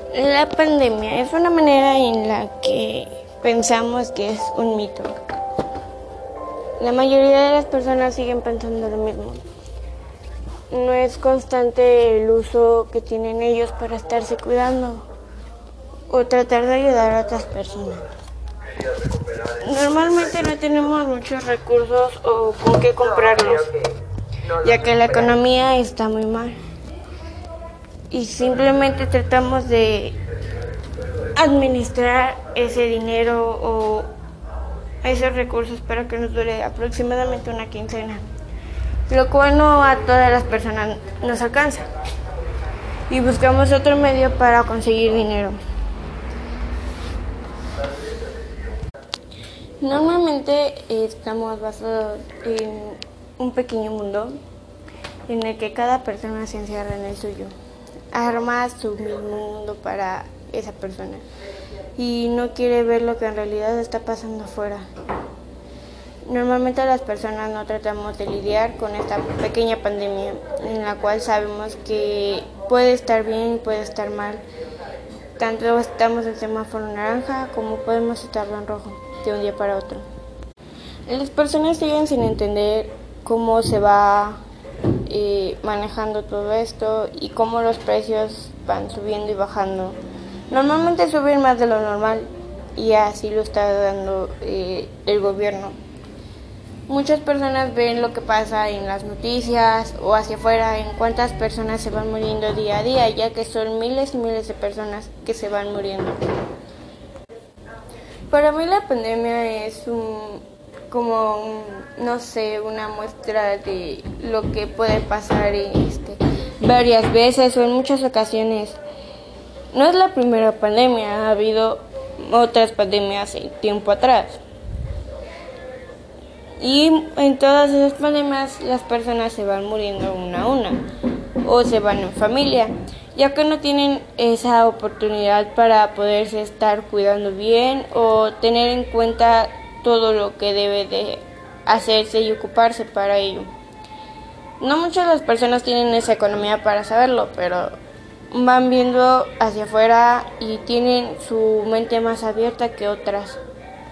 La pandemia es una manera en la que pensamos que es un mito. La mayoría de las personas siguen pensando lo mismo. No es constante el uso que tienen ellos para estarse cuidando o tratar de ayudar a otras personas. Normalmente no tenemos muchos recursos o con qué comprarlos, ya que la economía está muy mal. Y simplemente tratamos de administrar ese dinero o esos recursos para que nos dure aproximadamente una quincena, lo cual no a todas las personas nos alcanza, y buscamos otro medio para conseguir dinero. Normalmente estamos basados en un pequeño mundo en el que cada persona se encierra en el suyo, arma su mismo mundo para esa persona y no quiere ver lo que en realidad está pasando afuera. Normalmente las personas no tratamos de lidiar con esta pequeña pandemia en la cual sabemos que puede estar bien y puede estar mal. Tanto estamos en semáforo naranja como podemos estarlo en rojo de un día para otro. Las personas siguen sin entender cómo se va manejando todo esto y cómo los precios van subiendo y bajando. Normalmente suben más de lo normal y así lo está dando el gobierno. Muchas personas ven lo que pasa en las noticias o hacia afuera, en cuántas personas se van muriendo día a día, ya que son miles y miles de personas que se van muriendo. Para mí la pandemia es una muestra de lo que puede pasar varias veces o en muchas ocasiones. No es la primera pandemia, ha habido otras pandemias en tiempo atrás. Y en todas esas pandemias las personas se van muriendo una a una o se van en familia, ya que no tienen esa oportunidad para poderse estar cuidando bien o tener en cuenta todo lo que debe de hacerse y ocuparse para ello. No muchas de las personas tienen esa economía para saberlo, pero van viendo hacia afuera y tienen su mente más abierta que otras.